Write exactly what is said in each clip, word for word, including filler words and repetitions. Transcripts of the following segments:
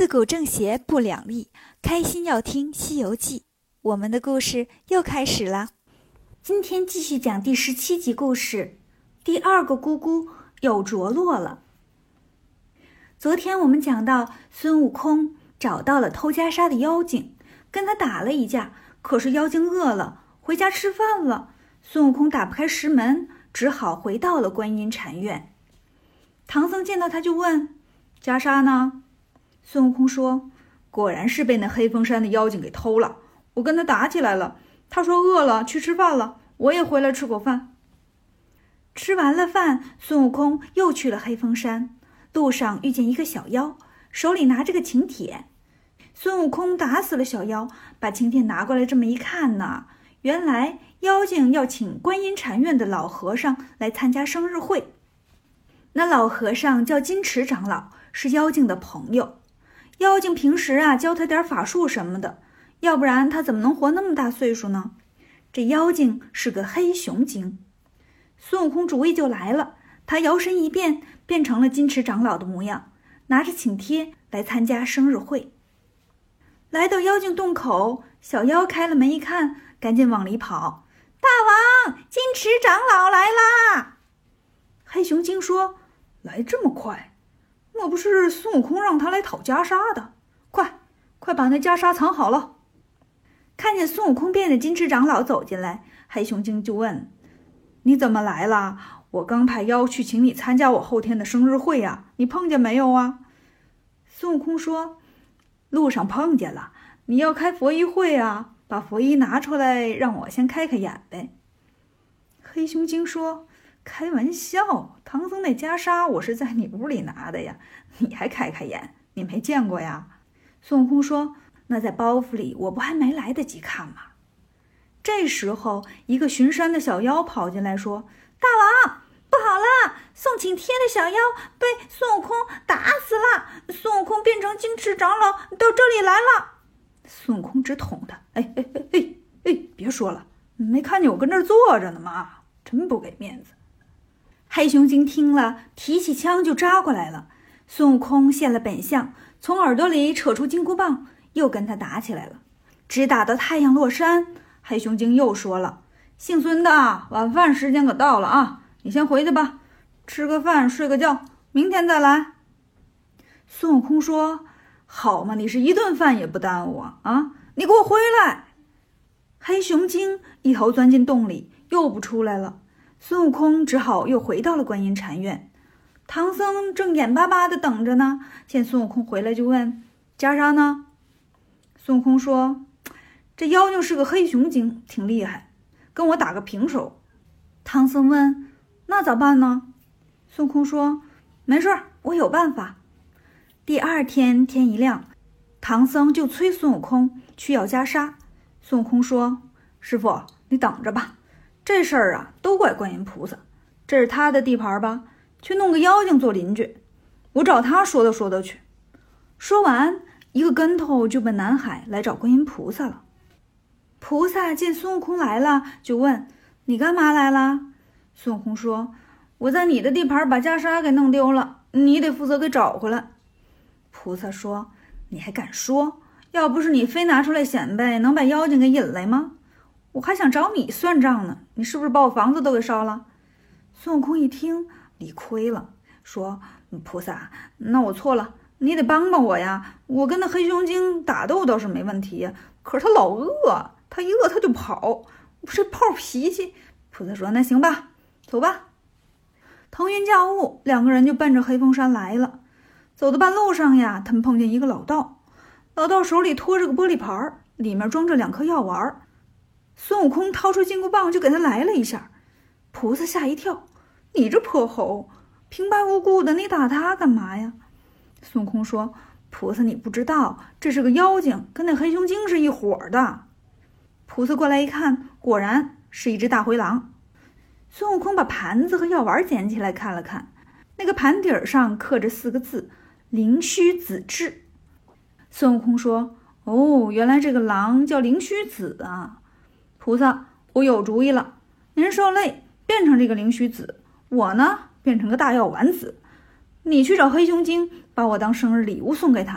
古正邪不两立，开心要听《西游记》。我们的故事又开始了。今天继续讲第十七集故事，第二个姑姑又着落了。昨天我们讲到孙悟空找到了偷袈裟的妖精，跟他打了一架，可是妖精饿了，回家吃饭了。孙悟空打不开石门，只好回到了观音禅院。唐僧见到他就问：袈裟呢？孙悟空说：果然是被那黑风山的妖精给偷了，我跟他打起来了，他说饿了去吃饭了，我也回来吃口饭。吃完了饭，孙悟空又去了黑风山，路上遇见一个小妖，手里拿着个请帖。孙悟空打死了小妖，把请帖拿过来这么一看呢，原来妖精要请观音禅院的老和尚来参加生日会。那老和尚叫金池长老，是妖精的朋友。妖精平时啊教他点法术什么的，要不然他怎么能活那么大岁数呢？这妖精是个黑熊精。孙悟空主意就来了，他摇身一变，变成了金池长老的模样，拿着请帖来参加生日会。来到妖精洞口，小妖开了门一看，赶紧往里跑：大王，金池长老来啦！黑熊精说：来这么快，莫不是孙悟空让他来讨袈裟的？快快把那袈裟藏好了。看见孙悟空变的金池长老走进来，黑熊精就问：你怎么来了？我刚派妖去请你参加我后天的生日会呀、啊，你碰见没有啊？孙悟空说：路上碰见了，你要开佛衣会啊，把佛衣拿出来让我先开开眼呗。黑熊精说：开玩笑，唐僧那袈裟我是在你屋里拿的呀，你还开开眼，你没见过呀？孙悟空说：那在包袱里我不还没来得及看吗？这时候一个巡山的小妖跑进来说：大王，不好了，送请帖的小妖被孙悟空打死了，孙悟空变成金池长老到这里来了。孙悟空直捅他：哎哎哎哎哎，别说了，没看见我跟这儿坐着呢吗？真不给面子。黑熊精听了，提起枪就扎过来了。孙悟空现了本相，从耳朵里扯出金箍棒，又跟他打起来了，直打到太阳落山。黑熊精又说了：姓孙的，晚饭时间可到了啊，你先回去吧，吃个饭睡个觉，明天再来。孙悟空说：好嘛，你是一顿饭也不耽误啊，啊，你给我回来。黑熊精一头钻进洞里，又不出来了。孙悟空只好又回到了观音禅院。唐僧正眼巴巴地等着呢，见孙悟空回来就问：袈裟呢？孙悟空说：这妖精是个黑熊精，挺厉害，跟我打个平手。唐僧问：那咋办呢？孙悟空说：没事，我有办法。第二天天一亮，唐僧就催孙悟空去要袈裟。孙悟空说：师傅，你等着吧，这事儿啊都怪观音菩萨，这是他的地盘吧，去弄个妖精做邻居，我找他说道说道去。说完一个跟头就奔南海来找观音菩萨了。菩萨见孙悟空来了，就问：你干嘛来了？孙悟空说：我在你的地盘把袈裟给弄丢了，你得负责给找回来。菩萨说：你还敢说？要不是你非拿出来显摆，能把妖精给引来吗？我还想找你算账呢，你是不是把我房子都给烧了？孙悟空一听理亏了，说：菩萨，那我错了，你得帮帮我呀，我跟那黑熊精打斗倒是没问题，可是他老饿，他一饿他就跑，我这炮脾气。菩萨说：那行吧，走吧。腾云驾雾，两个人就奔着黑风山来了。走到半路上呀，他们碰见一个老道，老道手里拖着个玻璃盘，里面装着两颗药丸。孙悟空掏出金箍棒就给他来了一下，菩萨吓一跳：你这泼猴，平白无故的你打他干嘛呀？孙悟空说：菩萨你不知道，这是个妖精，跟那黑熊精是一伙的。菩萨过来一看，果然是一只大灰狼。孙悟空把盘子和药丸捡起来看了看，那个盘底上刻着四个字：灵虚子至。孙悟空说：哦，原来这个狼叫灵虚子啊。菩萨，我有主意了，您受累变成这个灵虚子，我呢变成个大药丸子，你去找黑熊精，把我当生日礼物送给他，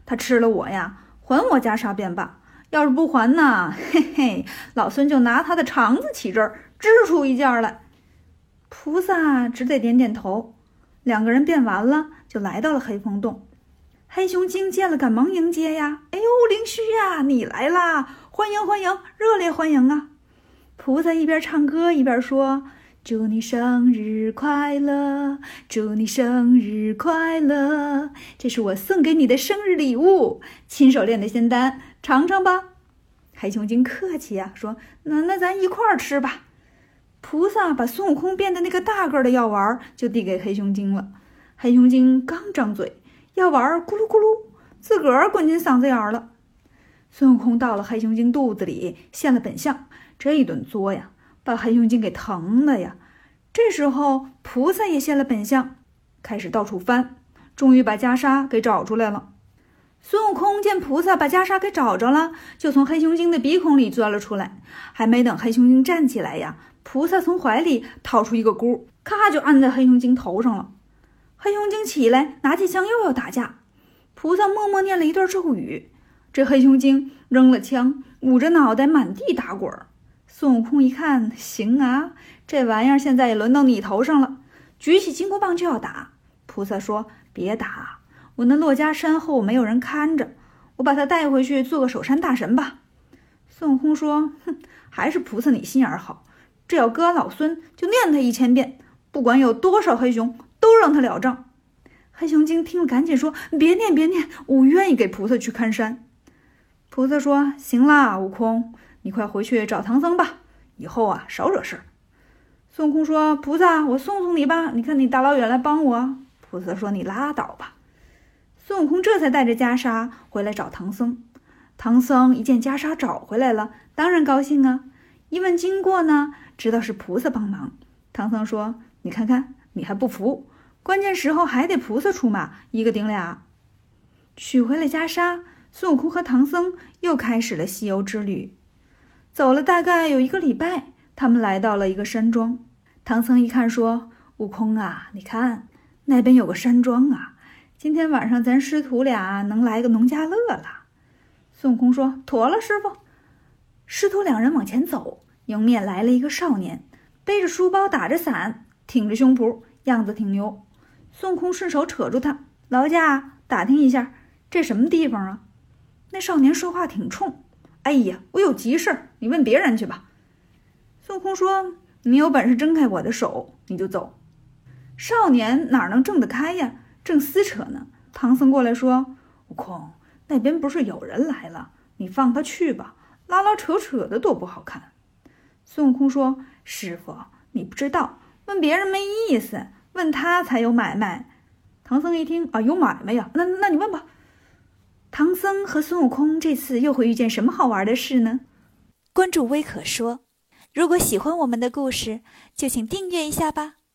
他吃了我呀，还我袈裟便罢。要是不还呢，嘿嘿，老孙就拿他的肠子起针儿，织出一件来。菩萨只得点点头。两个人变完了，就来到了黑风洞。黑熊精见了，赶忙迎接呀！哎呦，灵虚呀，你来啦！欢迎欢迎，热烈欢迎啊！菩萨一边唱歌一边说：祝你生日快乐，祝你生日快乐，这是我送给你的生日礼物，亲手炼的仙丹，尝尝吧。黑熊精客气呀，说那那咱一块儿吃吧。菩萨把孙悟空变的那个大个的药丸就递给黑熊精了。黑熊精刚张嘴，药丸咕噜咕噜自个儿滚进嗓子眼了。孙悟空到了黑熊精肚子里，现了本相，这一顿作呀，把黑熊精给疼的呀。这时候菩萨也现了本相，开始到处翻，终于把袈裟给找出来了。孙悟空见菩萨把袈裟给找着了，就从黑熊精的鼻孔里钻了出来。还没等黑熊精站起来呀，菩萨从怀里掏出一个箍，咔就按在黑熊精头上了。黑熊精起来，拿起枪又要打架。菩萨默默念了一段咒语，这黑熊精扔了枪，捂着脑袋满地打滚。孙悟空一看，行啊，这玩意儿现在也轮到你头上了，举起金箍棒就要打。菩萨说：别打，我那珞珈山后没有人看着，我把他带回去做个守山大神吧。孙悟空说：哼，还是菩萨你心眼好，这要搁俺老孙就念他一千遍，不管有多少黑熊都让他了账。黑熊精听了赶紧说：别念别念，我愿意给菩萨去看山。菩萨说：行啦，悟空，你快回去找唐僧吧，以后啊少惹事儿。孙悟空说：菩萨，我送送你吧，你看你大老远来帮我。菩萨说：你拉倒吧。孙悟空这才带着袈裟回来找唐僧。唐僧一见袈裟找回来了，当然高兴啊。一问经过呢，知道是菩萨帮忙。唐僧说：你看看，你还不服，关键时候还得菩萨出马，一个顶俩。取回了袈裟，孙悟空和唐僧又开始了西游之旅。走了大概有一个礼拜，他们来到了一个山庄。唐僧一看说：悟空啊，你看那边有个山庄啊，今天晚上咱师徒俩能来个农家乐了。孙悟空说：妥了，师傅。师徒两人往前走，迎面来了一个少年，背着书包，打着伞，挺着胸脯，样子挺牛。孙悟空顺手扯住他：劳驾，打听一下这什么地方啊？那少年说话挺冲：哎呀，我有急事，你问别人去吧。孙悟空说：你有本事挣开我的手，你就走。少年哪能挣得开呀，正撕扯呢。唐僧过来说：悟空，那边不是有人来了，你放他去吧，拉拉扯扯的多不好看。孙悟空说：师傅，你不知道，问别人没意思，问他才有买卖。唐僧一听啊，有买卖呀，那那你问吧。唐僧和孙悟空这次又会遇见什么好玩的事呢？关注微可说，如果喜欢我们的故事，就请订阅一下吧。